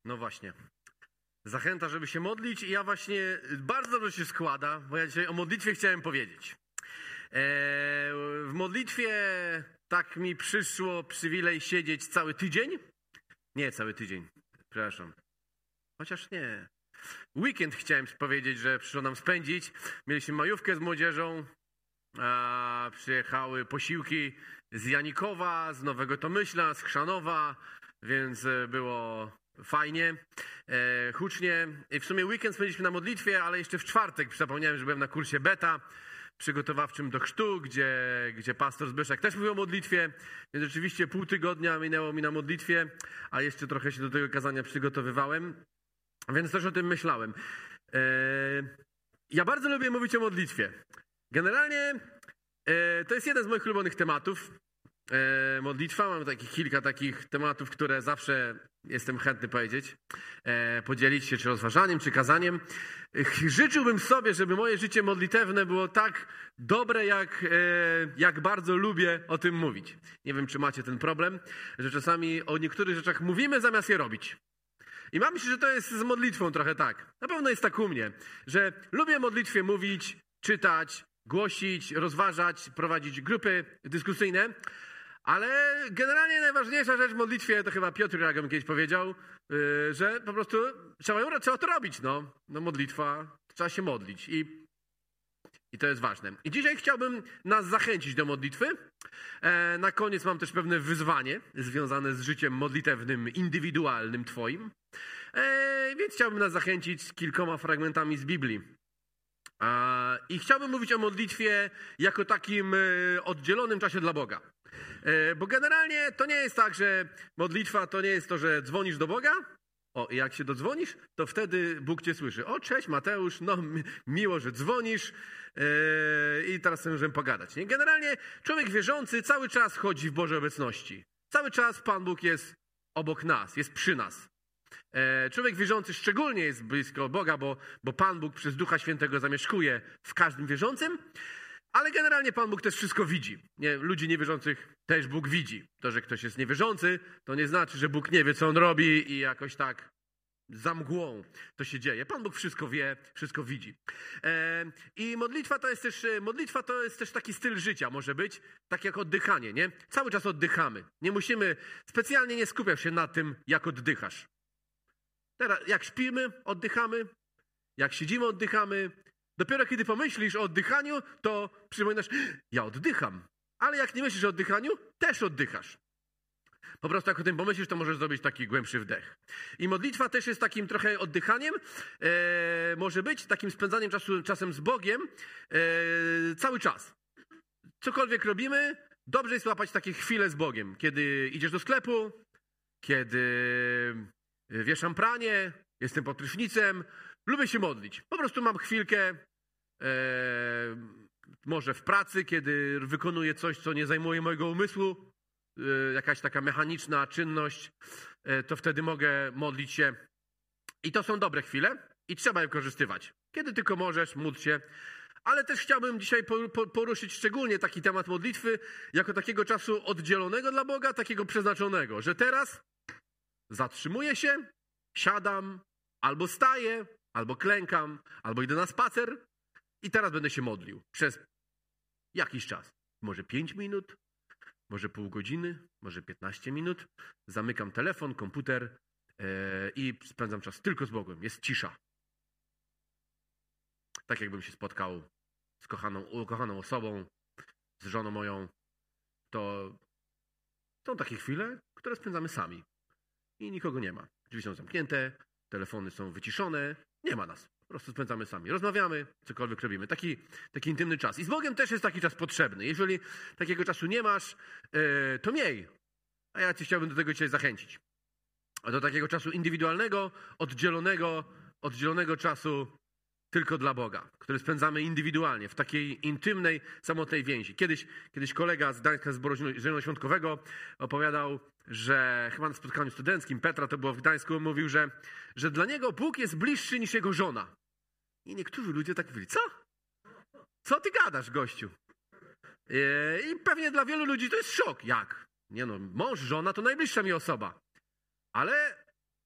No właśnie. Zachęta, żeby się modlić i ja właśnie bardzo dobrze się składa, bo ja dzisiaj o modlitwie chciałem powiedzieć. W modlitwie tak mi przyszło przywilej siedzieć cały tydzień. Nie cały tydzień, przepraszam. Chociaż nie. Weekend chciałem powiedzieć, że przyszło nam spędzić. Mieliśmy majówkę z młodzieżą. Przyjechały posiłki z Janikowa, z Nowego Tomyśla, z Chrzanowa, więc było fajnie, hucznie. I w sumie weekend spędziliśmy na modlitwie, ale jeszcze w czwartek zapomniałem, że byłem na kursie beta przygotowawczym do chrztu, gdzie pastor Zbyszek też mówił o modlitwie, więc rzeczywiście pół tygodnia minęło mi na modlitwie, a jeszcze trochę się do tego kazania przygotowywałem, więc też o tym myślałem. Ja bardzo lubię mówić o modlitwie. Generalnie to jest jeden z moich ulubionych tematów. Modlitwa, mam kilka takich tematów, które zawsze jestem chętny powiedzieć, podzielić się czy rozważaniem, czy kazaniem. Życzyłbym sobie, żeby moje życie modlitewne było tak dobre, jak bardzo lubię o tym mówić. Nie wiem, czy macie ten problem, że czasami o niektórych rzeczach mówimy, zamiast je robić. I mam myśleć, że to jest z modlitwą trochę tak. Na pewno jest tak u mnie, że lubię o modlitwie mówić, czytać, głosić, rozważać, prowadzić grupy dyskusyjne, ale generalnie najważniejsza rzecz w modlitwie, to chyba Piotr Ragam kiedyś powiedział, że po prostu trzeba to robić. No modlitwa, trzeba się modlić i to jest ważne. I dzisiaj chciałbym nas zachęcić do modlitwy. Na koniec mam też pewne wyzwanie związane z życiem modlitewnym, indywidualnym twoim. Więc chciałbym nas zachęcić kilkoma fragmentami z Biblii. I chciałbym mówić o modlitwie jako takim oddzielonym czasie dla Boga. Bo generalnie to nie jest tak, że modlitwa to nie jest to, że dzwonisz do Boga. I jak się dodzwonisz, to wtedy Bóg cię słyszy. O, cześć Mateusz, no miło, że dzwonisz i teraz sobie możemy pogadać. Nie? Generalnie człowiek wierzący cały czas chodzi w Bożej obecności. Cały czas Pan Bóg jest obok nas, jest przy nas. Człowiek wierzący szczególnie jest blisko Boga, bo Pan Bóg przez Ducha Świętego zamieszkuje w każdym wierzącym, ale generalnie Pan Bóg też wszystko widzi. Ludzi niewierzących też Bóg widzi. To, że ktoś jest niewierzący, to nie znaczy, że Bóg nie wie, co on robi i jakoś tak za mgłą to się dzieje. Pan Bóg wszystko wie, wszystko widzi. I modlitwa to jest też taki styl życia, może być, tak jak oddychanie, nie? Cały czas oddychamy. Nie musimy, specjalnie nie skupiać się na tym, jak oddychasz. Teraz, jak śpimy, oddychamy. Jak siedzimy, oddychamy. Dopiero kiedy pomyślisz o oddychaniu, to przypominasz, ja oddycham. Ale jak nie myślisz o oddychaniu, też oddychasz. Po prostu jak o tym pomyślisz, to możesz zrobić taki głębszy wdech. I modlitwa też jest takim trochę oddychaniem. Może być takim spędzaniem czasem z Bogiem cały czas. Cokolwiek robimy, dobrze jest łapać takie chwile z Bogiem. Kiedy idziesz do sklepu, kiedy wieszam pranie, jestem pod prysznicem, lubię się modlić. Po prostu mam chwilkę, może w pracy, kiedy wykonuję coś, co nie zajmuje mojego umysłu, jakaś taka mechaniczna czynność, to wtedy mogę modlić się. I to są dobre chwile i trzeba je wykorzystywać. Kiedy tylko możesz, módl się. Ale też chciałbym dzisiaj poruszyć szczególnie taki temat modlitwy, jako takiego czasu oddzielonego dla Boga, takiego przeznaczonego, że teraz zatrzymuję się, siadam, albo staję, albo klękam, albo idę na spacer i teraz będę się modlił przez jakiś czas. Może 5 minut, może pół godziny, może 15 minut. Zamykam telefon, komputer i spędzam czas tylko z Bogiem. Jest cisza. Tak jakbym się spotkał z ukochaną osobą, z żoną moją. To są takie chwile, które spędzamy sami. I nikogo nie ma. Drzwi są zamknięte, telefony są wyciszone, nie ma nas. Po prostu spędzamy sami. Rozmawiamy, cokolwiek robimy. Taki intymny czas. I z Bogiem też jest taki czas potrzebny. Jeżeli takiego czasu nie masz, to miej. A ja cię chciałbym do tego dzisiaj zachęcić. Do takiego czasu indywidualnego, oddzielonego czasu tylko dla Boga, który spędzamy indywidualnie, w takiej intymnej, samotnej więzi. Kiedyś kolega z Gdańska Zboru Zielonoświątkowego opowiadał, że chyba na spotkaniu studenckim, Petra to było w Gdańsku, mówił, że dla niego Bóg jest bliższy niż jego żona. I niektórzy ludzie tak mówili, co? Co ty gadasz, gościu? I pewnie dla wielu ludzi to jest szok. Jak? Nie no, mąż, żona to najbliższa mi osoba. Ale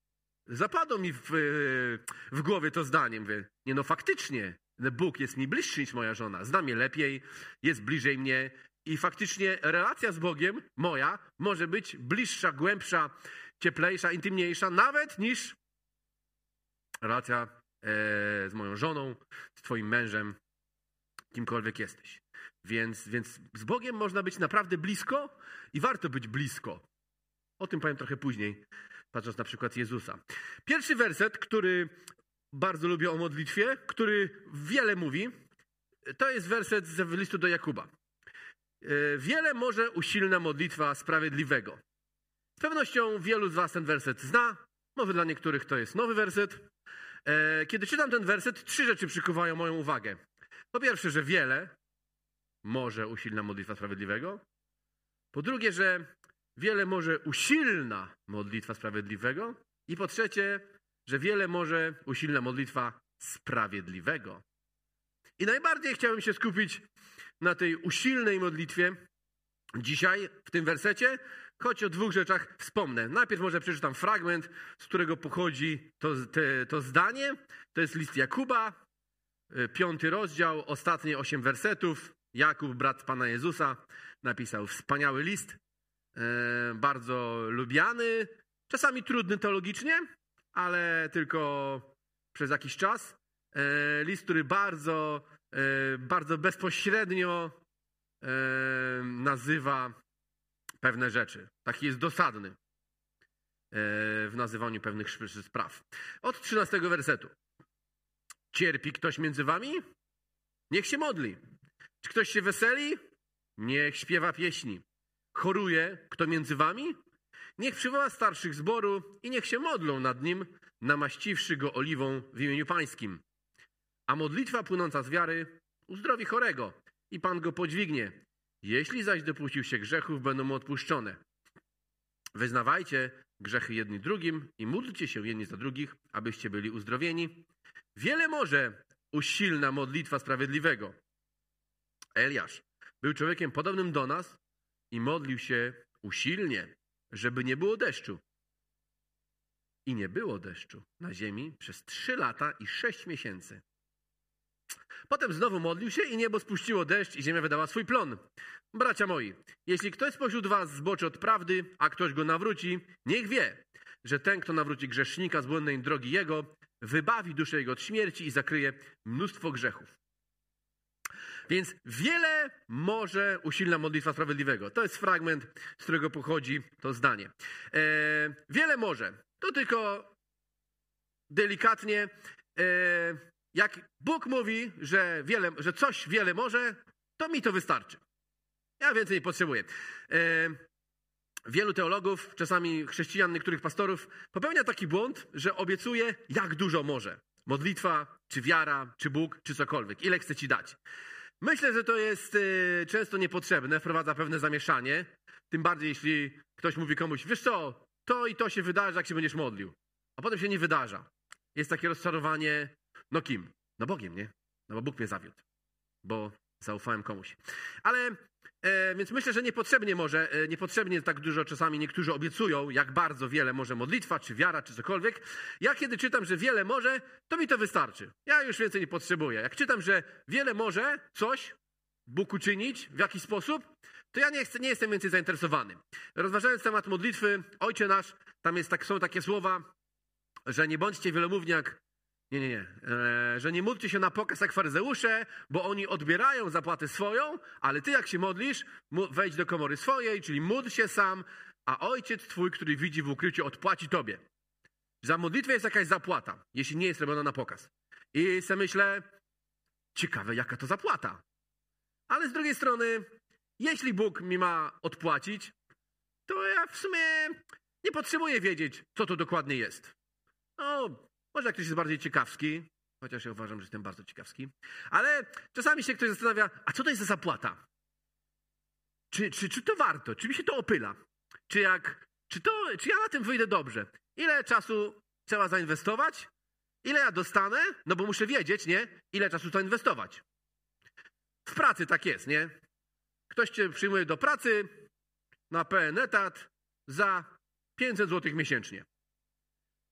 zapadło mi w głowie to zdanie. Mówię, nie no faktycznie, Bóg jest mi bliższy niż moja żona. Zna mnie lepiej, jest bliżej mnie i faktycznie relacja z Bogiem moja może być bliższa, głębsza, cieplejsza, intymniejsza nawet niż relacja z moją żoną, z twoim mężem, kimkolwiek jesteś. Więc z Bogiem można być naprawdę blisko i warto być blisko. O tym powiem trochę później, patrząc na przykład Jezusa. Pierwszy werset, który bardzo lubię o modlitwie, który wiele mówi, to jest werset z listu do Jakuba. Wiele może usilna modlitwa sprawiedliwego. Z pewnością wielu z was ten werset zna, może dla niektórych to jest nowy werset. Kiedy czytam ten werset, 3 rzeczy przykuwają moją uwagę. Po pierwsze, że wiele może usilna modlitwa sprawiedliwego. Po drugie, że wiele może usilna modlitwa sprawiedliwego. I po trzecie, że wiele może usilna modlitwa sprawiedliwego. I najbardziej chciałbym się skupić na tej usilnej modlitwie dzisiaj, w tym wersecie, choć o 2 rzeczach wspomnę. Najpierw może przeczytam fragment, z którego pochodzi to zdanie. To jest list Jakuba, 5 rozdział, ostatnie 8 wersetów. Jakub, brat Pana Jezusa, napisał wspaniały list, bardzo lubiany, czasami trudny teologicznie, ale tylko przez jakiś czas. List, który bardzo bezpośrednio nazywa pewne rzeczy. Taki jest dosadny w nazywaniu pewnych spraw. Od 13 wersetu. Cierpi ktoś między wami? Niech się modli. Czy ktoś się weseli? Niech śpiewa pieśni. Choruje kto między wami? Niech przywoła starszych zboru i niech się modlą nad nim, namaściwszy go oliwą w imieniu Pańskim. A modlitwa płynąca z wiary uzdrowi chorego i Pan go podźwignie. Jeśli zaś dopuścił się grzechów, będą mu odpuszczone. Wyznawajcie grzechy jedni drugim i módlcie się jedni za drugich, abyście byli uzdrowieni. Wiele może usilna modlitwa sprawiedliwego. Eliasz był człowiekiem podobnym do nas i modlił się usilnie, żeby nie było deszczu. I nie było deszczu na ziemi przez 3 lata i 6 miesięcy. Potem znowu modlił się i niebo spuściło deszcz i ziemia wydała swój plon. Bracia moi, jeśli ktoś spośród was zboczy od prawdy, a ktoś go nawróci, niech wie, że ten, kto nawróci grzesznika z błędnej drogi jego, wybawi duszę jego od śmierci i zakryje mnóstwo grzechów. Więc wiele może usilna modlitwa sprawiedliwego. To jest fragment, z którego pochodzi to zdanie. Wiele może. To tylko delikatnie. Jak Bóg mówi, że coś wiele może, to mi to wystarczy. Ja więcej nie potrzebuję. Wielu teologów, czasami chrześcijan, niektórych pastorów popełnia taki błąd, że obiecuje, jak dużo może. Modlitwa, czy wiara, czy Bóg, czy cokolwiek. Ile chce ci dać. Myślę, że to jest często niepotrzebne, wprowadza pewne zamieszanie. Tym bardziej, jeśli ktoś mówi komuś, wiesz co, to i to się wydarzy, jak się będziesz modlił. A potem się nie wydarza. Jest takie rozczarowanie, no kim? No Bogiem, nie? No bo Bóg mnie zawiódł, bo zaufałem komuś. Ale, więc myślę, że niepotrzebnie tak dużo czasami niektórzy obiecują, jak bardzo wiele może modlitwa, czy wiara, czy cokolwiek. Ja kiedy czytam, że wiele może, to mi to wystarczy. Ja już więcej nie potrzebuję. Jak czytam, że wiele może coś Bóg uczynić, w jakiś sposób, to ja nie jestem więcej zainteresowany. Rozważając temat modlitwy, Ojcze nasz, tam są takie słowa, że nie bądźcie wielomówni jak że nie módlcie się na pokaz jak faryzeusze, bo oni odbierają zapłatę swoją, ale ty jak się modlisz, wejdź do komory swojej, czyli módl się sam, a Ojciec twój, który widzi w ukryciu, odpłaci tobie. Za modlitwę jest jakaś zapłata, jeśli nie jest robiona na pokaz. I sobie myślę, ciekawe jaka to zapłata. Ale z drugiej strony, jeśli Bóg mi ma odpłacić, to ja w sumie nie potrzebuję wiedzieć, co to dokładnie jest. No, może jak ktoś jest bardziej ciekawski, chociaż ja uważam, że jestem bardzo ciekawski, ale czasami się ktoś zastanawia, a co to jest za zapłata? Czy to warto? Czy mi się to opyla? Czy ja na tym wyjdę dobrze? Ile czasu trzeba zainwestować? Ile ja dostanę? No bo muszę wiedzieć, nie? Ile czasu zainwestować. W pracy tak jest, nie? Ktoś cię przyjmuje do pracy na pełen etat za 500 zł miesięcznie.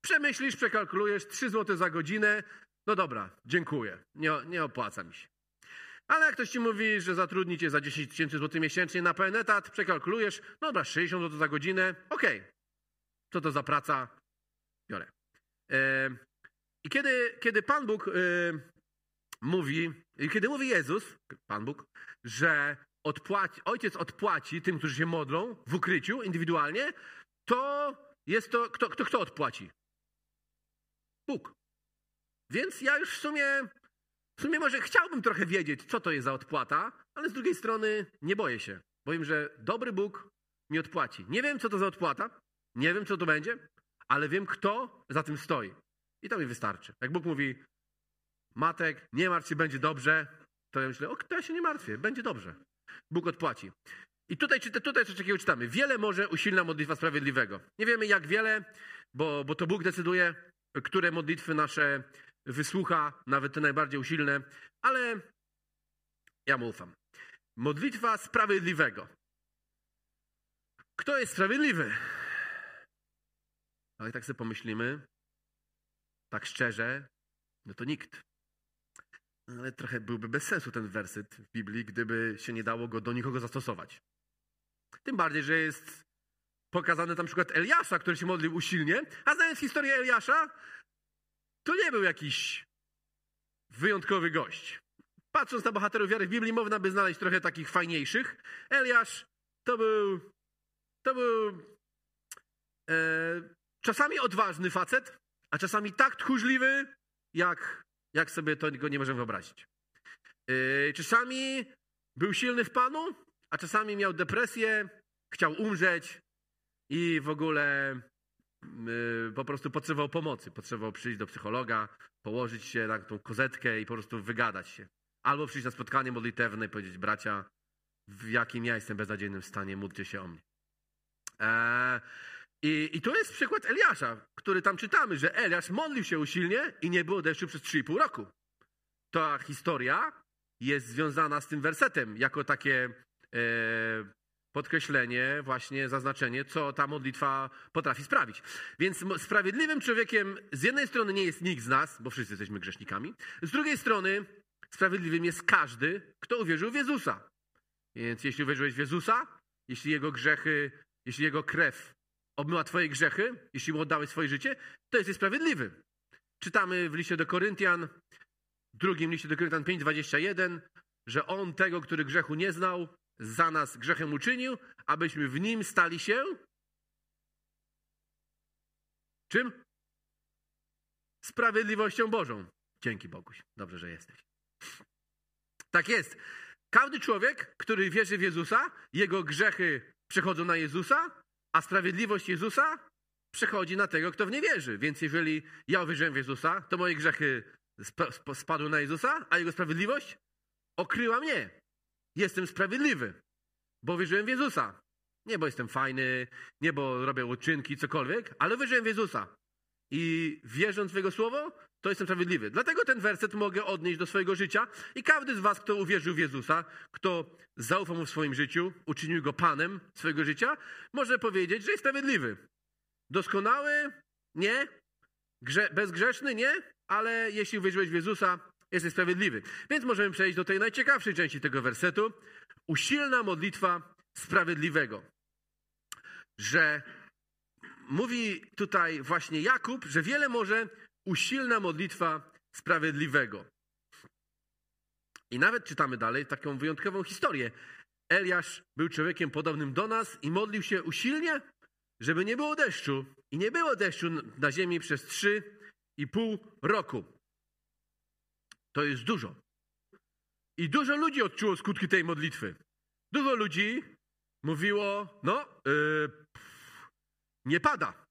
Przemyślisz, przekalkulujesz, 3 zł za godzinę, no dobra, dziękuję, nie opłaca mi się. Ale jak ktoś ci mówi, że zatrudni cię za 10 tysięcy złotych miesięcznie na pełen etat, przekalkulujesz, no dobra, 60 zł za godzinę, okej. Co to za praca? Biorę. I kiedy Pan Bóg kiedy mówi Jezus, Pan Bóg, że Ojciec odpłaci tym, którzy się modlą w ukryciu, indywidualnie, to jest to, kto odpłaci? Bóg. Więc ja już w sumie może chciałbym trochę wiedzieć, co to jest za odpłata, ale z drugiej strony nie boję się. Boję, że dobry Bóg mi odpłaci. Nie wiem, co to za odpłata, nie wiem, co to będzie, ale wiem, kto za tym stoi. I to mi wystarczy. Jak Bóg mówi, Matek, nie martw się, będzie dobrze, to ja myślę, to ja się nie martwię, będzie dobrze. Bóg odpłaci. I tutaj coś takiego czytamy. Wiele może usilna modlitwa sprawiedliwego. Nie wiemy, jak wiele, bo to Bóg decyduje, które modlitwy nasze wysłucha, nawet te najbardziej usilne, ale ja mu ufam. Modlitwa sprawiedliwego. Kto jest sprawiedliwy? Ale tak sobie pomyślimy, tak szczerze, no to nikt. Ale trochę byłby bez sensu ten werset w Biblii, gdyby się nie dało go do nikogo zastosować. Tym bardziej, że jest pokazany tam przykład Eliasza, który się modlił usilnie, a znając historię Eliasza, to nie był jakiś wyjątkowy gość. Patrząc na bohaterów wiary w Biblii, można by znaleźć trochę takich fajniejszych. Eliasz to był czasami odważny facet, a czasami tak tchórzliwy, jak sobie to go nie możemy wyobrazić. Czasami był silny w Panu, a czasami miał depresję, chciał umrzeć i w ogóle po prostu potrzebował pomocy. Potrzebował przyjść do psychologa, położyć się na tą kozetkę i po prostu wygadać się. Albo przyjść na spotkanie modlitewne i powiedzieć, bracia, w jakim ja jestem beznadziejnym stanie, módlcie się o mnie. I to jest przykład Eliasza, który tam czytamy, że Eliasz modlił się usilnie i nie było deszczu przez 3,5 roku. Ta historia jest związana z tym wersetem, jako takie podkreślenie, właśnie zaznaczenie, co ta modlitwa potrafi sprawić. Więc sprawiedliwym człowiekiem z jednej strony nie jest nikt z nas, bo wszyscy jesteśmy grzesznikami, z drugiej strony sprawiedliwym jest każdy, kto uwierzył w Jezusa. Więc jeśli uwierzyłeś w Jezusa, jeśli Jego krew obmyła twoje grzechy, jeśli mu oddałeś swoje życie, to jesteś sprawiedliwy. Czytamy w liście do Koryntian, drugim liście do Koryntian 5:21, że On tego, który grzechu nie znał, za nas grzechem uczynił, abyśmy w Nim stali się czym? Sprawiedliwością Bożą. Dzięki Boguś. Dobrze, że jesteś. Tak jest. Każdy człowiek, który wierzy w Jezusa, jego grzechy przechodzą na Jezusa, a sprawiedliwość Jezusa przechodzi na tego, kto w nie wierzy. Więc jeżeli ja uwierzyłem w Jezusa, to moje grzechy spadły na Jezusa, a Jego sprawiedliwość okryła mnie. Jestem sprawiedliwy, bo wierzyłem w Jezusa. Nie, bo jestem fajny, nie, bo robię uczynki, cokolwiek, ale wierzyłem w Jezusa. I wierząc w Jego słowo, to jestem sprawiedliwy. Dlatego ten werset mogę odnieść do swojego życia i każdy z was, kto uwierzył w Jezusa, kto zaufał Mu w swoim życiu, uczynił Go Panem swojego życia, może powiedzieć, że jest sprawiedliwy. Doskonały? Nie. Bezgrzeszny? Nie. Ale jeśli uwierzyłeś w Jezusa, jesteś sprawiedliwy. Więc możemy przejść do tej najciekawszej części tego wersetu. Usilna modlitwa sprawiedliwego. Że mówi tutaj właśnie Jakub, że wiele może usilna modlitwa sprawiedliwego. I nawet czytamy dalej taką wyjątkową historię. Eliasz był człowiekiem podobnym do nas i modlił się usilnie, żeby nie było deszczu. I nie było deszczu na ziemi przez 3,5 roku. To jest dużo. I dużo ludzi odczuło skutki tej modlitwy. Dużo ludzi mówiło, nie pada.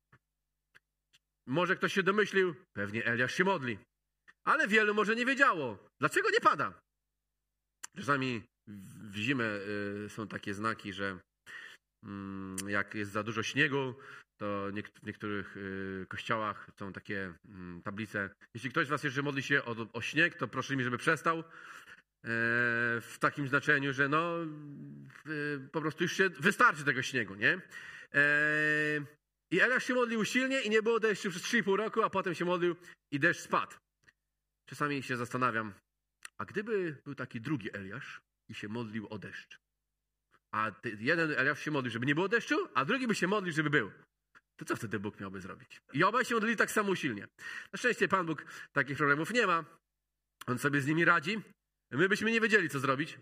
Może ktoś się domyślił, pewnie Eliasz się modli. Ale wielu może nie wiedziało, dlaczego nie pada. Czasami w zimę są takie znaki, że jak jest za dużo śniegu, to w niektórych kościołach są takie tablice. Jeśli ktoś z was jeszcze modli się o śnieg, to proszę mi, żeby przestał. W takim znaczeniu, że po prostu już się wystarczy tego śniegu, nie? I Eliasz się modlił usilnie i nie było deszczu przez 3,5 roku, a potem się modlił i deszcz spadł. Czasami się zastanawiam, a gdyby był taki drugi Eliasz i się modlił o deszcz, a jeden Eliasz się modlił, żeby nie było deszczu, a drugi by się modlił, żeby był, to co wtedy Bóg miałby zrobić? I obaj się modlili tak samo usilnie. Na szczęście Pan Bóg takich problemów nie ma. On sobie z nimi radzi. My byśmy nie wiedzieli, co zrobić.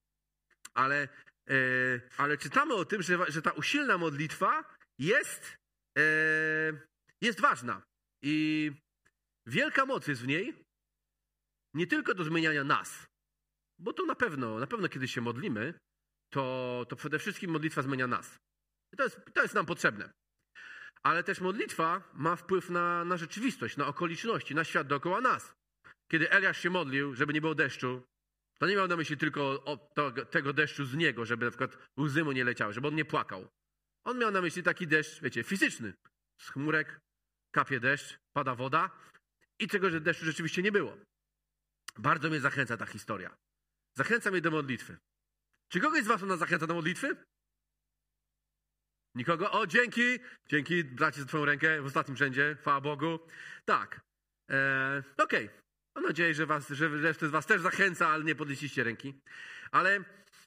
Ale czytamy o tym, że ta usilna modlitwa jest ważna. I wielka moc jest w niej, nie tylko do zmieniania nas. Bo to na pewno kiedy się modlimy, to przede wszystkim modlitwa zmienia nas. I to jest nam potrzebne. Ale też modlitwa ma wpływ na rzeczywistość, na okoliczności, na świat dookoła nas. Kiedy Eliasz się modlił, żeby nie było deszczu, to nie miał na myśli tylko tego deszczu z niego, żeby na przykład łzy mu nie leciały, żeby on nie płakał. On miał na myśli taki deszcz, wiecie, fizyczny. Z chmurek kapie deszcz, pada woda i tego, że deszczu rzeczywiście nie było. Bardzo mnie zachęca ta historia. Zachęca mnie do modlitwy. Czy kogoś z was ona zachęca do modlitwy? Nikogo? O, dzięki! Dzięki, bracie, za twoją rękę w ostatnim rzędzie. Chwała Bogu. Tak. Okej. Mam nadzieję, że resztę z was też zachęca, ale nie podnieśliście ręki. Ale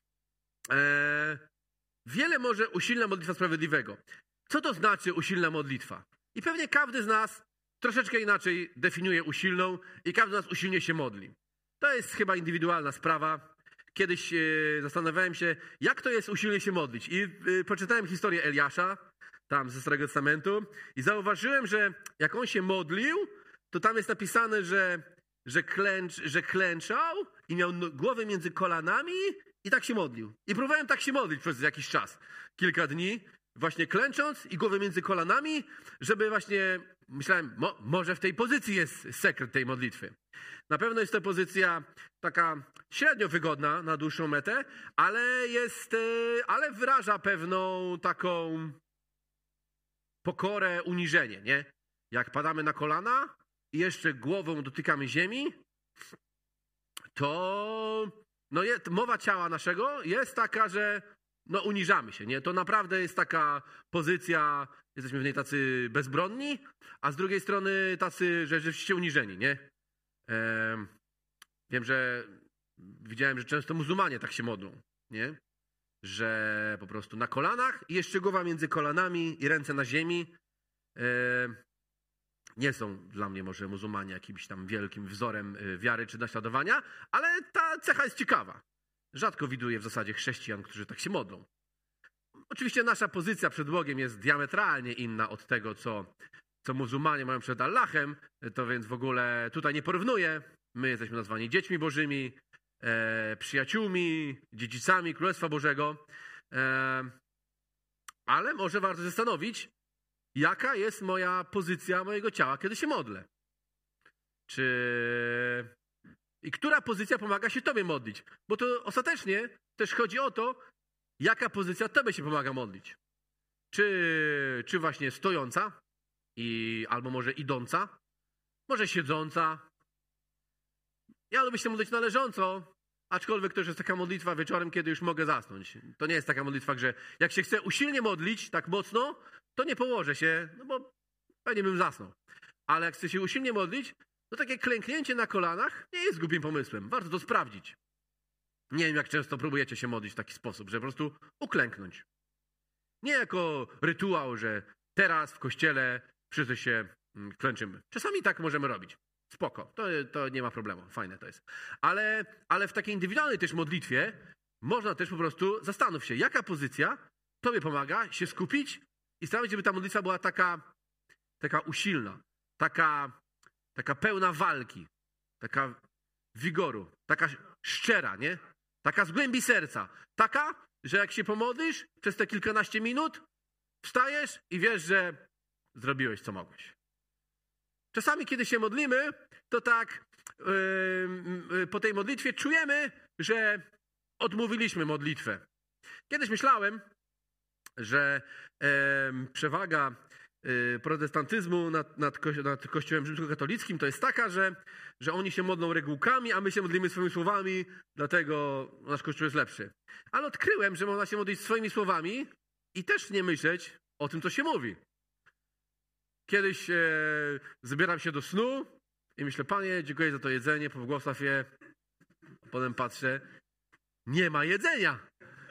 wiele może usilna modlitwa sprawiedliwego. Co to znaczy usilna modlitwa? I pewnie każdy z nas troszeczkę inaczej definiuje usilną i każdy z nas usilnie się modli. To jest chyba indywidualna sprawa. Kiedyś zastanawiałem się, jak to jest usilnie się modlić. I poczytałem historię Eliasza, tam ze Starego Testamentu, i zauważyłem, że jak on się modlił, to tam jest napisane, że klęczał i miał głowę między kolanami i tak się modlił. I próbowałem tak się modlić przez jakiś czas. Kilka dni, właśnie klęcząc i głowę między kolanami, żeby właśnie, myślałem, może w tej pozycji jest sekret tej modlitwy. Na pewno jest to pozycja taka średnio wygodna na dłuższą metę, ale wyraża pewną taką pokorę, uniżenie, nie? Jak padamy na kolana i jeszcze głową dotykamy ziemi, to mowa ciała naszego jest taka, że uniżamy się, nie? To naprawdę jest taka pozycja, jesteśmy w niej tacy bezbronni, a z drugiej strony tacy, że rzeczywiście uniżeni, nie? Widziałem, że często muzułmanie tak się modlą, nie? Że po prostu na kolanach i jeszcze głowa między kolanami i ręce na ziemi. Nie są dla mnie może muzułmanie jakimś tam wielkim wzorem wiary czy naśladowania, ale ta cecha jest ciekawa. Rzadko widuję w zasadzie chrześcijan, którzy tak się modlą. Oczywiście nasza pozycja przed Bogiem jest diametralnie inna od tego, co muzułmanie mają przed Allahem, to więc w ogóle tutaj nie porównuję. My jesteśmy nazwani dziećmi bożymi, przyjaciółmi, dziedzicami Królestwa Bożego. Ale może warto zastanowić, jaka jest moja pozycja mojego ciała, kiedy się modlę. I która pozycja pomaga się Tobie modlić? Bo to ostatecznie też chodzi o to, jaka pozycja Tobie się pomaga modlić. Czy właśnie stojąca, albo może idąca, może siedząca. Ja lubię się modlić na leżąco, aczkolwiek to już jest taka modlitwa wieczorem, kiedy już mogę zasnąć. To nie jest taka modlitwa, że jak się chcę usilnie modlić, tak mocno, to nie położę się, bo pewnie bym zasnął. Ale jak chcę się usilnie modlić, to takie klęknięcie na kolanach nie jest głupim pomysłem. Warto to sprawdzić. Nie wiem, jak często próbujecie się modlić w taki sposób, że po prostu uklęknąć. Nie jako rytuał, że teraz w kościele wszyscy się klęczymy. Czasami tak możemy robić. Spoko, to nie ma problemu, fajne to jest. Ale w takiej indywidualnej też modlitwie można też po prostu zastanów się, jaka pozycja Tobie pomaga się skupić i sprawić, żeby ta modlitwa była taka usilna, taka pełna walki, taka wigoru, taka szczera, nie? Taka z głębi serca. Taka, że jak się pomodlisz przez te kilkanaście minut, wstajesz i wiesz, że zrobiłeś, co mogłeś. Czasami, kiedy się modlimy, to tak po tej modlitwie czujemy, że odmówiliśmy modlitwę. Kiedyś myślałem, że przewaga protestantyzmu nad Kościołem rzymskokatolickim to jest taka, że oni się modlą regułkami, a my się modlimy swoimi słowami, dlatego nasz Kościół jest lepszy. Ale odkryłem, że można się modlić swoimi słowami i też nie myśleć o tym, co się mówi. Kiedyś zabieram się do snu i myślę, Panie, dziękuję za to jedzenie, pobłogosław je. Potem patrzę, nie ma jedzenia.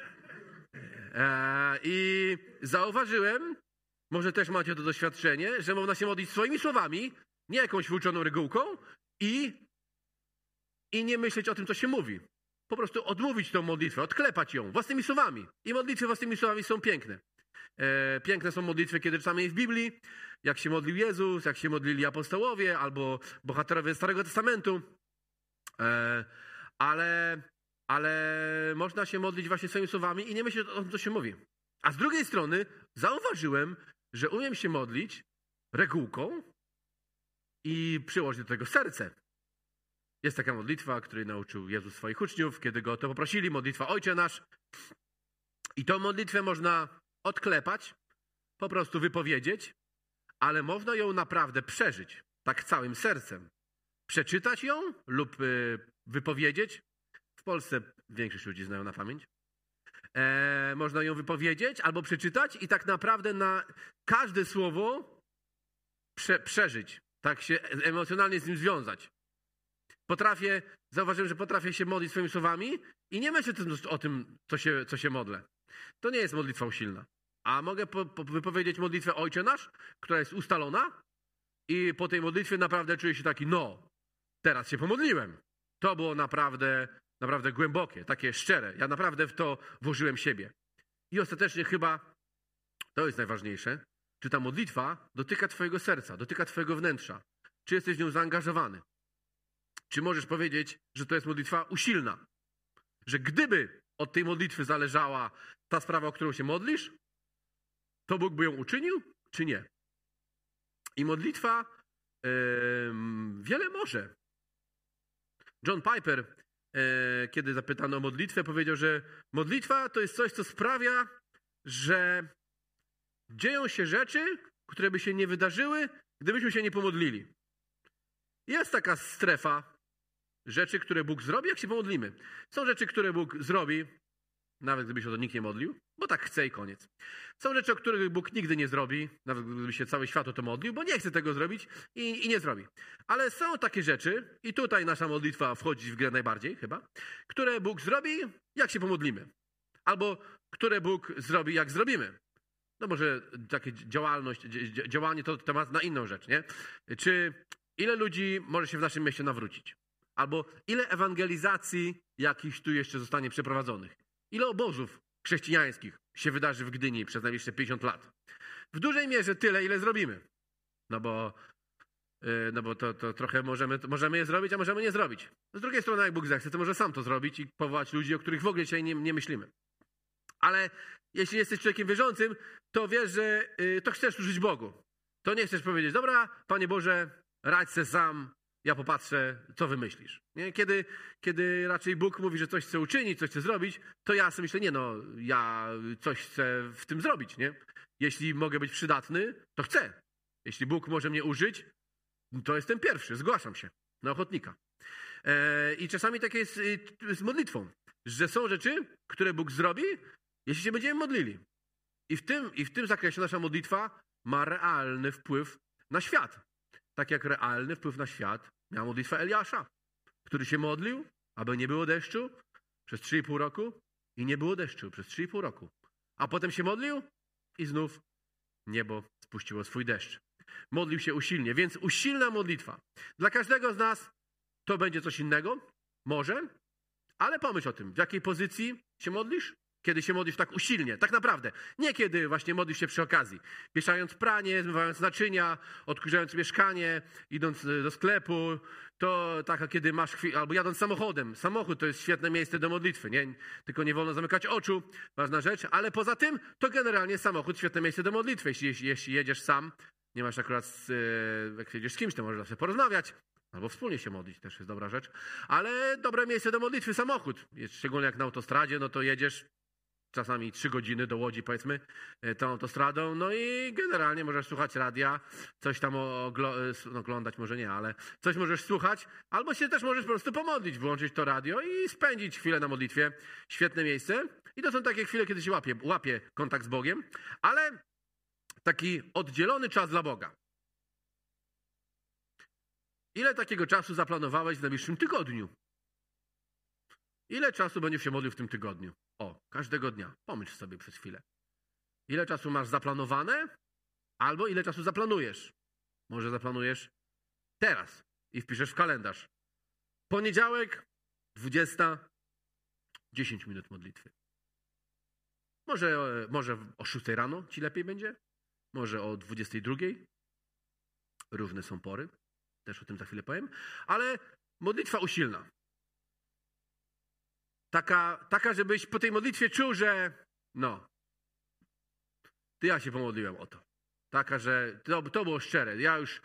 I zauważyłem, może też macie to doświadczenie, że można się modlić swoimi słowami, nie jakąś wyuczoną regułką i nie myśleć o tym, co się mówi. Po prostu odmówić tą modlitwę, odklepać ją własnymi słowami. I modlitwy własnymi słowami są piękne. Piękne są modlitwy, kiedy czytamy je w Biblii, jak się modlił Jezus, jak się modlili apostołowie albo bohaterowie Starego Testamentu. Ale można się modlić właśnie swoimi słowami i nie myśleć o tym, co się mówi. A z drugiej strony zauważyłem, że umiem się modlić regułką i przyłożyć do tego serce. Jest taka modlitwa, której nauczył Jezus swoich uczniów, kiedy go o to poprosili, modlitwa Ojcze Nasz. I tą modlitwę można odklepać, po prostu wypowiedzieć, ale można ją naprawdę przeżyć, tak całym sercem. Przeczytać ją lub wypowiedzieć. W Polsce większość ludzi znają na pamięć. Można ją wypowiedzieć albo przeczytać i tak naprawdę na każde słowo przeżyć. Tak się emocjonalnie z nim związać. Zauważyłem, że potrafię się modlić swoimi słowami i nie myślę o tym, co się modlę. To nie jest modlitwa usilna. A mogę wypowiedzieć modlitwę Ojcze Nasz, która jest ustalona i po tej modlitwie naprawdę czuję się taki, teraz się pomodliłem. To było naprawdę głębokie, takie szczere. Ja naprawdę w to włożyłem siebie. I ostatecznie chyba, to jest najważniejsze, czy ta modlitwa dotyka twojego serca, dotyka twojego wnętrza. Czy jesteś w nią zaangażowany? Czy możesz powiedzieć, że to jest modlitwa usilna? Że gdyby od tej modlitwy zależała ta sprawa, o którą się modlisz, to Bóg by ją uczynił, czy nie? I modlitwa wiele może. John Piper, kiedy zapytano o modlitwę, powiedział, że modlitwa to jest coś, co sprawia, że dzieją się rzeczy, które by się nie wydarzyły, gdybyśmy się nie pomodlili. Jest taka strefa rzeczy, które Bóg zrobi, jak się pomodlimy. Są rzeczy, które Bóg zrobi, nawet gdyby się o to nikt nie modlił, bo tak chce i koniec. Są rzeczy, o których Bóg nigdy nie zrobi, nawet gdyby się cały świat o to modlił, bo nie chce tego zrobić i nie zrobi. Ale są takie rzeczy, i tutaj nasza modlitwa wchodzi w grę najbardziej chyba, które Bóg zrobi, jak się pomodlimy. Albo które Bóg zrobi, jak zrobimy. No może takie działanie to temat na inną rzecz, nie? Czy ile ludzi może się w naszym mieście nawrócić? Albo ile ewangelizacji jakichś tu jeszcze zostanie przeprowadzonych? Ile obozów chrześcijańskich się wydarzy w Gdyni przez najbliższe 50 lat? W dużej mierze tyle, ile zrobimy. No bo to trochę możemy je zrobić, a możemy nie zrobić. Z drugiej strony, jak Bóg zechce, to może sam to zrobić i powołać ludzi, o których w ogóle dzisiaj nie myślimy. Ale jeśli jesteś człowiekiem wierzącym, to wiesz, że to chcesz służyć Bogu. To nie chcesz powiedzieć, dobra, Panie Boże, radź se sam, ja popatrzę, co wymyślisz. Nie? Kiedy raczej Bóg mówi, że coś chce uczynić, coś chce zrobić, to ja sobie myślę, ja coś chcę w tym zrobić. Nie? Jeśli mogę być przydatny, to chcę. Jeśli Bóg może mnie użyć, to jestem pierwszy, zgłaszam się na ochotnika. I czasami tak jest z modlitwą, że są rzeczy, które Bóg zrobi, jeśli się będziemy modlili. I w tym zakresie nasza modlitwa ma realny wpływ na świat. Tak jak realny wpływ na świat miała modlitwa Eliasza, który się modlił, aby nie było deszczu przez 3,5 roku i nie było deszczu przez 3,5 roku. A potem się modlił i znów niebo spuściło swój deszcz. Modlił się usilnie, więc usilna modlitwa. Dla każdego z nas to będzie coś innego, może, ale pomyśl o tym, w jakiej pozycji się modlisz? Kiedy się modlisz tak usilnie, tak naprawdę. Nie kiedy właśnie modlisz się przy okazji. Wieszając pranie, zmywając naczynia, odkurzając mieszkanie, idąc do sklepu. To taka, kiedy masz chwilę, albo jadąc samochodem. Samochód to jest świetne miejsce do modlitwy, nie? Tylko nie wolno zamykać oczu, ważna rzecz. Ale poza tym, to generalnie samochód świetne miejsce do modlitwy. Jeśli jedziesz sam, nie masz akurat, jak jedziesz z kimś, to możesz zawsze porozmawiać. Albo wspólnie się modlić, też jest dobra rzecz. Ale dobre miejsce do modlitwy samochód. Szczególnie jak na autostradzie, no to jedziesz czasami 3 godziny do Łodzi, powiedzmy, tą autostradą, no i generalnie możesz słuchać radia, coś tam oglądać może nie, ale coś możesz słuchać, albo się też możesz po prostu pomodlić, włączyć to radio i spędzić chwilę na modlitwie. Świetne miejsce. I to są takie chwile, kiedy się łapie kontakt z Bogiem, ale taki oddzielony czas dla Boga. ile takiego czasu zaplanowałeś w najbliższym tygodniu? Ile czasu będziesz się modlił w tym tygodniu? Każdego dnia. Pomyśl sobie przez chwilę. Ile czasu masz zaplanowane? Albo ile czasu zaplanujesz? Może zaplanujesz teraz i wpiszesz w kalendarz. Poniedziałek, 20, 10 minut modlitwy. Może o 6 rano ci lepiej będzie? Może o 22? Różne są pory. Też o tym za chwilę powiem. Ale modlitwa usilna. Taka, żebyś po tej modlitwie czuł, że ja się pomodliłem o to. Taka, że to było szczere. Ja już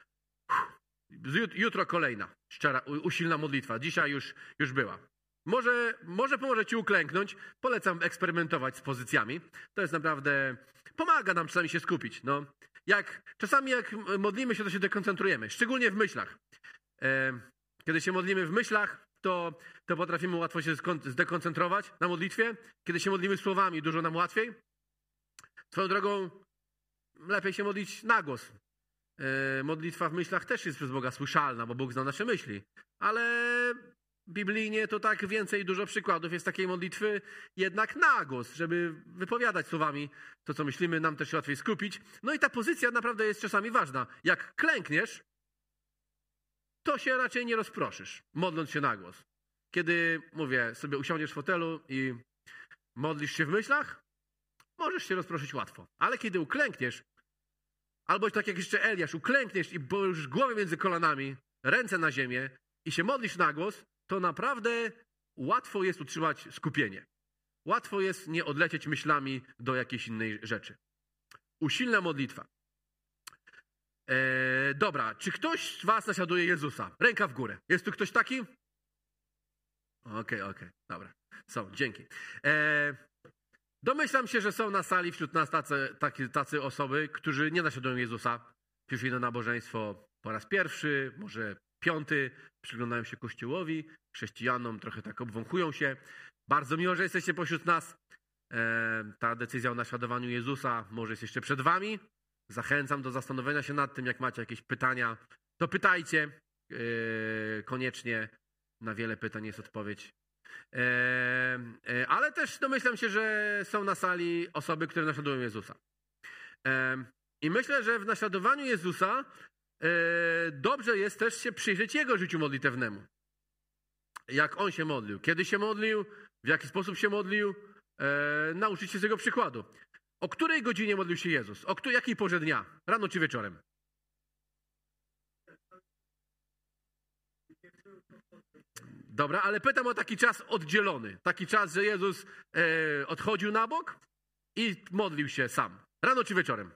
jutro kolejna szczera, usilna modlitwa. Dzisiaj już była. Może pomoże ci uklęknąć. Polecam eksperymentować z pozycjami. To jest naprawdę... Pomaga nam czasami się skupić. Czasami jak modlimy się, to się dekoncentrujemy. Szczególnie w myślach. Kiedy się modlimy w myślach, to potrafimy łatwo się zdekoncentrować na modlitwie. Kiedy się modlimy słowami, dużo nam łatwiej. Swoją drogą, lepiej się modlić na głos. Modlitwa w myślach też jest przez Boga słyszalna, bo Bóg zna nasze myśli. Ale biblijnie to tak więcej, dużo przykładów jest takiej modlitwy jednak na głos, żeby wypowiadać słowami to, co myślimy, nam też się łatwiej skupić. No i ta pozycja naprawdę jest czasami ważna. Jak klękniesz, to się raczej nie rozproszysz, modląc się na głos. Kiedy, sobie usiądziesz w fotelu i modlisz się w myślach, możesz się rozproszyć łatwo. Ale kiedy uklękniesz, albo tak jak jeszcze Eliasz, uklękniesz i położysz głowę między kolanami, ręce na ziemię i się modlisz na głos, to naprawdę łatwo jest utrzymać skupienie. Łatwo jest nie odlecieć myślami do jakiejś innej rzeczy. Usilna modlitwa. Dobra, czy ktoś z was naśladuje Jezusa? Ręka w górę. Jest tu ktoś taki? Okej, dobra. Są, dzięki. Domyślam się, że są na sali wśród nas tacy osoby, którzy nie naśladują Jezusa. Przyszli na nabożeństwo po raz pierwszy, może 5, przyglądają się Kościołowi, chrześcijanom, trochę tak obwąchują się. Bardzo miło, że jesteście pośród nas. Ta decyzja o naśladowaniu Jezusa może jest jeszcze przed wami. Zachęcam do zastanowienia się nad tym, jak macie jakieś pytania, to pytajcie. Koniecznie na wiele pytań jest odpowiedź. Ale też domyślam się, że są na sali osoby, które naśladują Jezusa. I myślę, że w naśladowaniu Jezusa dobrze jest też się przyjrzeć Jego życiu modlitewnemu. Jak On się modlił, kiedy się modlił, w jaki sposób się modlił, nauczyć się z Jego przykładu. O której godzinie modlił się Jezus? Jakiej porze dnia? Rano czy wieczorem? Dobra, ale pytam o taki czas oddzielony. Taki czas, że Jezus odchodził na bok i modlił się sam. Rano czy wieczorem?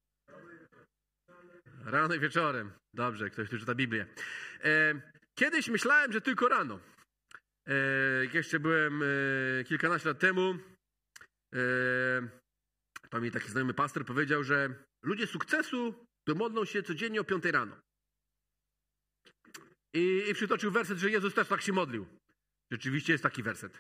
Rano i wieczorem. Dobrze, ktoś tu czyta Biblię. Kiedyś myślałem, że tylko rano. Jeszcze byłem kilkanaście lat temu. Tam mi taki znajomy pastor powiedział, że ludzie sukcesu to modlą się codziennie o 5 rano. I przytoczył werset, że Jezus też tak się modlił. Rzeczywiście jest taki werset.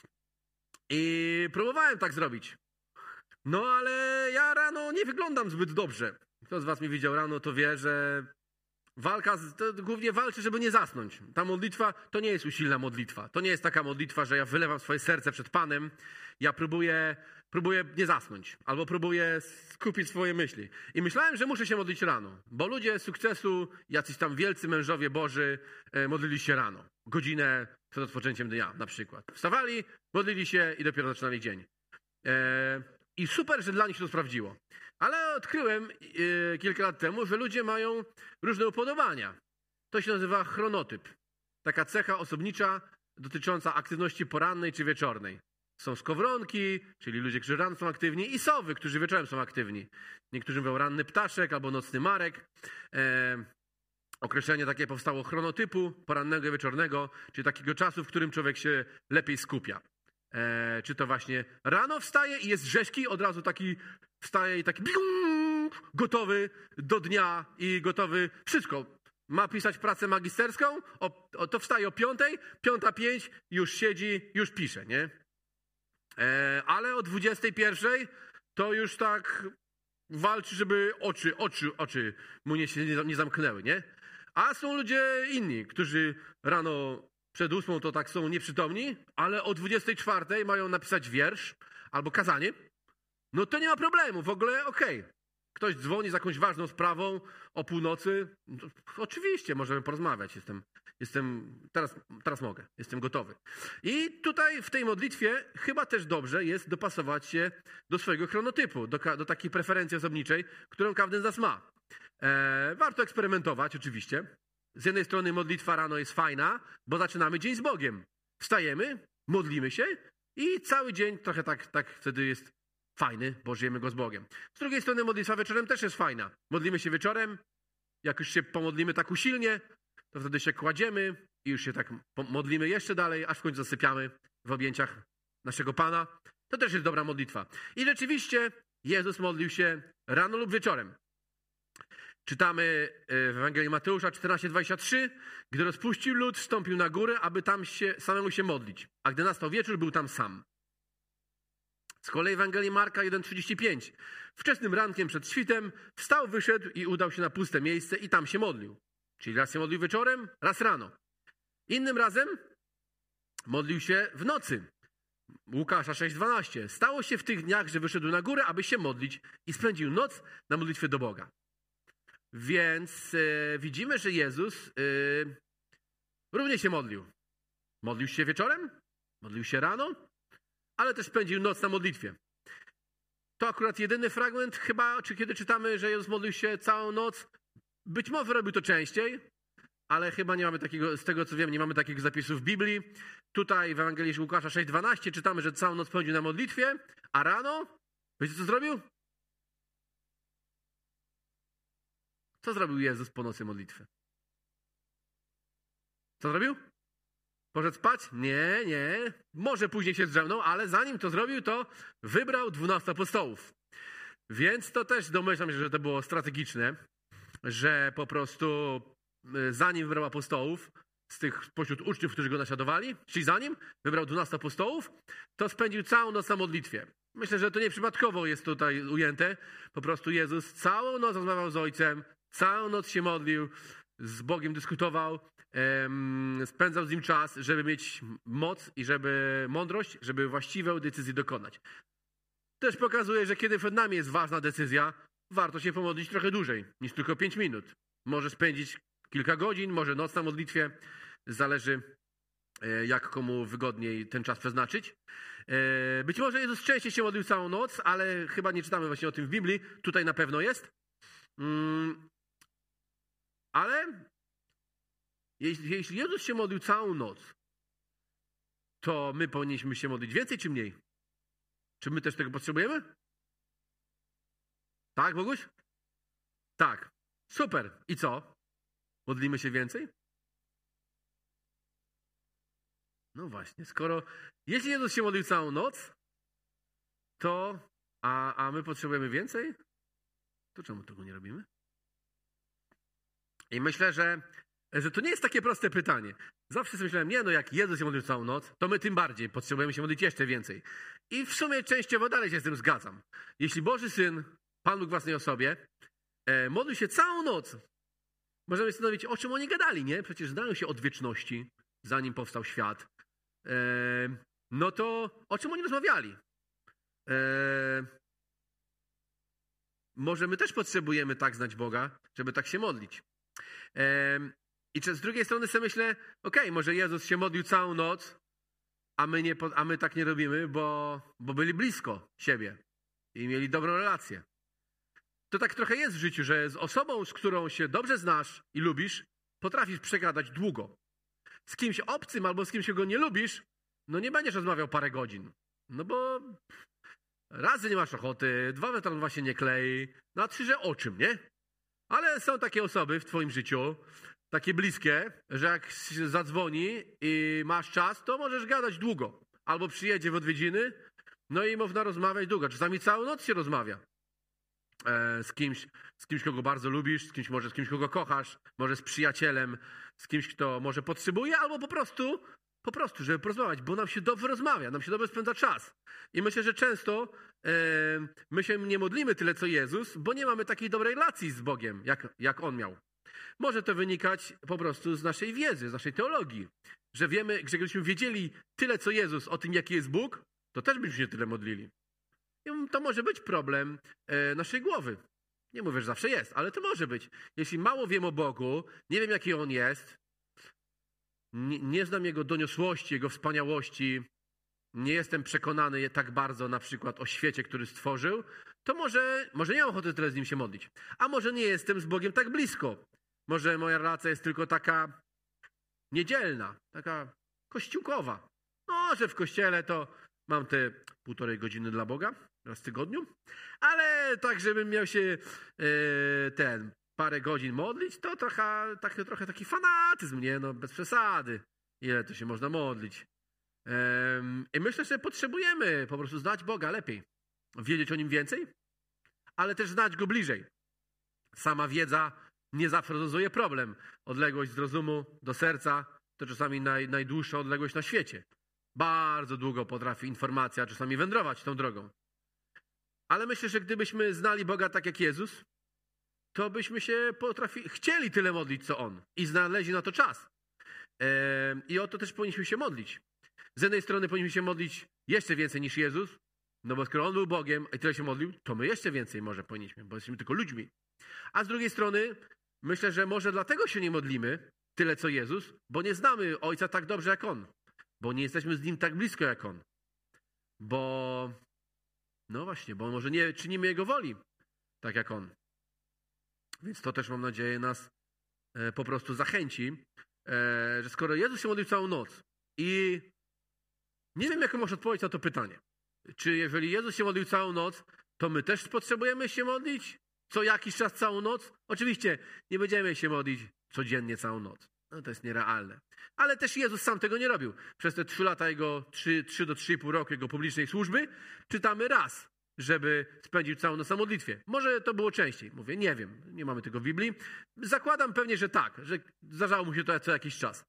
I próbowałem tak zrobić. No ale ja rano nie wyglądam zbyt dobrze. Kto z was mnie widział rano, to wie, że to głównie walczę, żeby nie zasnąć. Ta modlitwa to nie jest usilna modlitwa. To nie jest taka modlitwa, że ja wylewam swoje serce przed Panem. Ja próbuję nie zasnąć. Albo próbuję skupić swoje myśli. I myślałem, że muszę się modlić rano. Bo ludzie sukcesu, jacyś tam wielcy mężowie Boży modlili się rano. Godzinę przed rozpoczęciem dnia na przykład. Wstawali, modlili się i dopiero zaczynali dzień. I super, że dla nich się to sprawdziło. Ale odkryłem kilka lat temu, że ludzie mają różne upodobania. To się nazywa chronotyp. Taka cecha osobnicza dotycząca aktywności porannej czy wieczornej. Są skowronki, czyli ludzie, którzy rano są aktywni, i sowy, którzy wieczorem są aktywni. Niektórzy mówią ranny ptaszek albo nocny marek. Określenie takie powstało chronotypu porannego i wieczornego, czyli takiego czasu, w którym człowiek się lepiej skupia. Czy to właśnie rano wstaje i jest rzeźki, od razu taki wstaje i taki gotowy do dnia i gotowy wszystko. Ma pisać pracę magisterską, to wstaje o 5, 5:05, już siedzi, już pisze, nie? Ale o 21 to już tak walczy, żeby oczy mu się nie zamknęły, nie? A są ludzie inni, którzy rano przed 8 to tak są nieprzytomni, ale o 24 mają napisać wiersz albo kazanie. No to nie ma problemu, w ogóle okej. Ktoś dzwoni z jakąś ważną sprawą o północy, no, oczywiście możemy porozmawiać. Teraz mogę, jestem gotowy. I tutaj w tej modlitwie chyba też dobrze jest dopasować się do swojego chronotypu, do takiej preferencji osobniczej, którą każdy z nas ma. Warto eksperymentować oczywiście. Z jednej strony modlitwa rano jest fajna, bo zaczynamy dzień z Bogiem. Wstajemy, modlimy się i cały dzień trochę tak wtedy jest fajny, bo żyjemy go z Bogiem. Z drugiej strony modlitwa wieczorem też jest fajna. Modlimy się wieczorem, jak już się pomodlimy tak usilnie, to wtedy się kładziemy i już się tak modlimy jeszcze dalej, aż w końcu zasypiamy w objęciach naszego Pana. To też jest dobra modlitwa. I rzeczywiście Jezus modlił się rano lub wieczorem. Czytamy w Ewangelii Mateusza 14:23, gdy rozpuścił lud, wstąpił na górę, aby tam samemu się modlić. A gdy nastał wieczór, był tam sam. Z kolei w Ewangelii Marka 1:35. Wczesnym rankiem przed świtem wstał, wyszedł i udał się na puste miejsce i tam się modlił. Czyli raz się modlił wieczorem, raz rano. Innym razem modlił się w nocy. Łukasza 6:12. Stało się w tych dniach, że wyszedł na górę, aby się modlić i spędził noc na modlitwie do Boga. Więc widzimy, że Jezus również się modlił. Modlił się wieczorem, modlił się rano, ale też spędził noc na modlitwie. To akurat jedyny fragment chyba, czy kiedy czytamy, że Jezus modlił się całą noc, być może robił to częściej, ale chyba nie mamy takiego, z tego co wiem, nie mamy takiego zapisu w Biblii. Tutaj w Ewangelii Łukasza 6:12 czytamy, że całą noc spędził na modlitwie, a rano, wiecie co zrobił? Co zrobił Jezus po nocy modlitwy? Co zrobił? Poszedł spać? Nie. Może później się zdrzemnął, ale zanim to zrobił, to wybrał 12 apostołów. Więc to też domyślam się, że to było strategiczne, że po prostu zanim wybrał apostołów, z tych spośród uczniów, którzy go naśladowali, czyli zanim wybrał 12 apostołów, to spędził całą noc na modlitwie. Myślę, że to nieprzypadkowo jest tutaj ujęte. Po prostu Jezus całą noc rozmawiał z Ojcem, całą noc się modlił, z Bogiem dyskutował, spędzał z Nim czas, żeby mieć moc i żeby mądrość, żeby właściwe decyzje dokonać. Też pokazuje, że kiedy przed nami jest ważna decyzja, warto się pomodlić trochę dłużej niż tylko 5 minut. Może spędzić kilka godzin, może noc na modlitwie. Zależy, jak komu wygodniej ten czas przeznaczyć. Być może Jezus częściej się modlił całą noc, ale chyba nie czytamy właśnie o tym w Biblii. Tutaj na pewno jest. Ale jeśli Jezus się modlił całą noc, to my powinniśmy się modlić więcej czy mniej? Czy my też tego potrzebujemy? Tak, Boguś? Tak. Super. I co? Modlimy się więcej? No właśnie, jeśli Jezus się modlił całą noc, to a my potrzebujemy więcej, to czemu tego nie robimy? I myślę, że to nie jest takie proste pytanie. Zawsze sobie myślałem, jak Jezus się modlił całą noc, to my tym bardziej potrzebujemy się modlić jeszcze więcej. I w sumie częściowo dalej się z tym zgadzam. Jeśli Boży Syn, Pan Bóg w własnej osobie, modlił się całą noc, możemy stanowić, o czym oni gadali, nie? Przecież znają się od wieczności, zanim powstał świat. No to o czym oni rozmawiali? Może my też potrzebujemy tak znać Boga, żeby tak się modlić. I z drugiej strony sobie myślę, może Jezus się modlił całą noc, a my tak nie robimy, bo byli blisko siebie i mieli dobrą relację. To tak trochę jest w życiu, że z osobą, z którą się dobrze znasz i lubisz, potrafisz przegadać długo. Z kimś obcym albo z kimś, kogo nie lubisz, no nie będziesz rozmawiał parę godzin. No bo razy nie masz ochoty, 2 to właśnie nie klei, no a 3, że o czym, nie? Ale są takie osoby w twoim życiu, takie bliskie, że jak zadzwoni i masz czas, to możesz gadać długo. Albo przyjedzie w odwiedziny, no i można rozmawiać długo. Czasami całą noc się rozmawia z kimś, kogo bardzo lubisz, z kimś, kogo kochasz, może z przyjacielem, z kimś, kto może potrzebuje, albo po prostu, żeby porozmawiać, bo nam się dobrze rozmawia, nam się dobrze spędza czas. I myślę, że często my się nie modlimy tyle, co Jezus, bo nie mamy takiej dobrej relacji z Bogiem, jak On miał. Może to wynikać po prostu z naszej wiedzy, z naszej teologii, że wiemy, że gdybyśmy wiedzieli tyle, co Jezus o tym, jaki jest Bóg, to też byśmy się tyle modlili. I to może być problem naszej głowy. Nie mówię, że zawsze jest, ale to może być. Jeśli mało wiem o Bogu, nie wiem, jaki On jest, nie znam Jego doniosłości, Jego wspaniałości, nie jestem przekonany tak bardzo na przykład o świecie, który stworzył, to może nie mam ochoty tyle z Nim się modlić. A może nie jestem z Bogiem tak blisko. Może moja relacja jest tylko taka niedzielna, taka kościółkowa. No, że w kościele to mam te 1,5 godziny dla Boga raz w tygodniu, ale tak, żebym miał się parę godzin modlić, to trochę taki fanatyzm, nie? No, bez przesady. Ile to się można modlić? I myślę, że potrzebujemy po prostu znać Boga lepiej, wiedzieć o Nim więcej, ale też znać Go bliżej. Sama wiedza nie zawsze rozwiązuje problem. Odległość z rozumu do serca to czasami najdłuższa odległość na świecie. Bardzo długo potrafi informacja czasami wędrować tą drogą. Ale myślę, że gdybyśmy znali Boga tak jak Jezus, to byśmy się chcieli tyle modlić, co On i znaleźli na to czas. I o to też powinniśmy się modlić. Z jednej strony powinniśmy się modlić jeszcze więcej niż Jezus, no bo skoro On był Bogiem i tyle się modlił, to my jeszcze więcej może powinniśmy, bo jesteśmy tylko ludźmi. A z drugiej strony myślę, że może dlatego się nie modlimy tyle co Jezus, bo nie znamy Ojca tak dobrze jak On, bo nie jesteśmy z Nim tak blisko jak On, bo może nie czynimy Jego woli tak jak On. Więc to też mam nadzieję nas po prostu zachęci, że skoro Jezus się modlił całą noc i nie wiem, jaką masz odpowiedź na to pytanie. Czy jeżeli Jezus się modlił całą noc, to my też potrzebujemy się modlić co jakiś czas całą noc? Oczywiście nie będziemy się modlić codziennie całą noc. No to jest nierealne. Ale też Jezus sam tego nie robił. Przez te 3 lata Jego, 3 do 3,5 roku Jego publicznej służby czytamy raz, żeby spędził całą noc na modlitwie. Może to było częściej. Mówię, nie wiem, nie mamy tego w Biblii. Zakładam pewnie, że tak, że zdarzało mu się to co jakiś czas.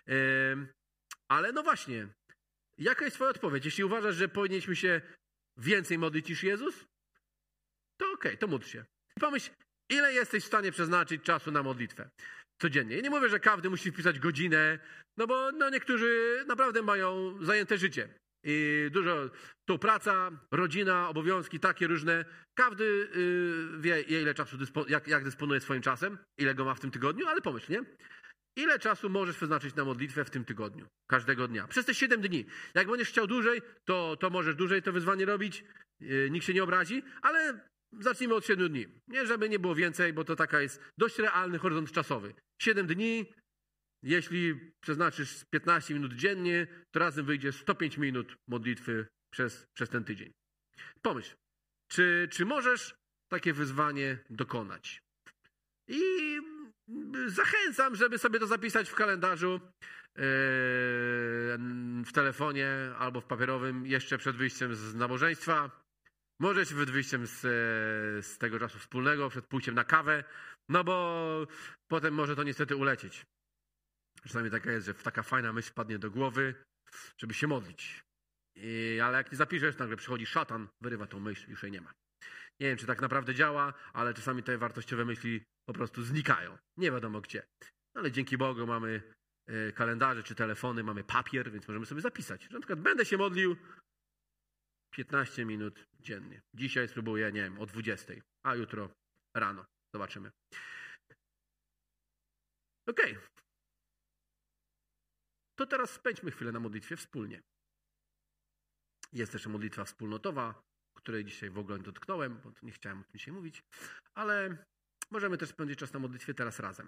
Ale no właśnie, jaka jest twoja odpowiedź? Jeśli uważasz, że powinniśmy się więcej modlić niż Jezus, to okej, to módl się. Pomyśl, ile jesteś w stanie przeznaczyć czasu na modlitwę codziennie. Ja nie mówię, że każdy musi wpisać godzinę, no bo niektórzy naprawdę mają zajęte życie. I dużo, tu praca, rodzina, obowiązki takie różne. Każdy wie, ile czasu, jak dysponuje swoim czasem, ile go ma w tym tygodniu, ale pomyśl, nie? Ile czasu możesz przeznaczyć na modlitwę w tym tygodniu? Każdego dnia. Przez te 7 dni. Jak będziesz chciał dłużej, to możesz dłużej to wyzwanie robić. Nikt się nie obrazi, ale zacznijmy od 7 dni. Nie, żeby nie było więcej, bo to taka jest dość realny horyzont czasowy. 7 dni, jeśli przeznaczysz 15 minut dziennie, to razem wyjdzie 105 minut modlitwy przez ten tydzień. Pomyśl, czy możesz takie wyzwanie dokonać? I zachęcam, żeby sobie to zapisać w kalendarzu, w telefonie albo w papierowym jeszcze przed wyjściem z nabożeństwa. Może przed wyjściem z tego czasu wspólnego, przed pójściem na kawę, no bo potem może to niestety ulecieć. Czasami taka jest, że taka fajna myśl padnie do głowy, żeby się modlić. Ale jak nie zapiszesz, nagle przychodzi szatan, wyrywa tą myśl, już jej nie ma. Nie wiem, czy tak naprawdę działa, ale czasami te wartościowe myśli po prostu znikają. Nie wiadomo gdzie. Ale dzięki Bogu mamy kalendarze czy telefony, mamy papier, więc możemy sobie zapisać. Że na przykład będę się modlił 15 minut dziennie. Dzisiaj spróbuję, nie wiem, o 20, a jutro rano. Zobaczymy. Okej. To teraz spędźmy chwilę na modlitwie wspólnie. Jest też modlitwa wspólnotowa, której dzisiaj w ogóle nie dotknąłem, bo nie chciałem o tym dzisiaj mówić, ale możemy też spędzić czas na modlitwie teraz razem.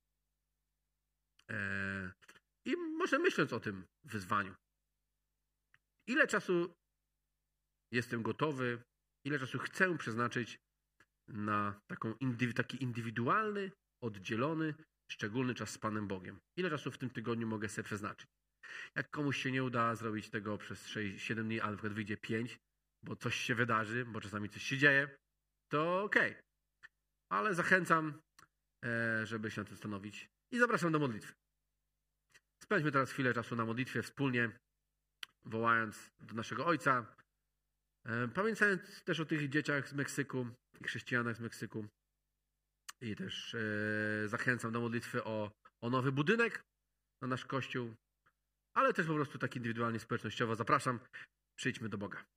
I może myśląc o tym wyzwaniu. Ile czasu jestem gotowy, ile czasu chcę przeznaczyć na taki indywidualny, oddzielony, szczególny czas z Panem Bogiem. Ile czasu w tym tygodniu mogę sobie przeznaczyć? Jak komuś się nie uda zrobić tego przez 7 dni, ale na przykład wyjdzie 5, bo coś się wydarzy, bo czasami coś się dzieje, to okej. Ale zachęcam, żeby się na tym zastanowić i zapraszam do modlitwy. Spędźmy teraz chwilę czasu na modlitwie wspólnie, wołając do naszego Ojca, pamiętając też o tych dzieciach z Meksyku i chrześcijanach z Meksyku. I też zachęcam do modlitwy o nowy budynek na nasz kościół, ale też po prostu tak indywidualnie, społecznościowo. Zapraszam, przyjdźmy do Boga.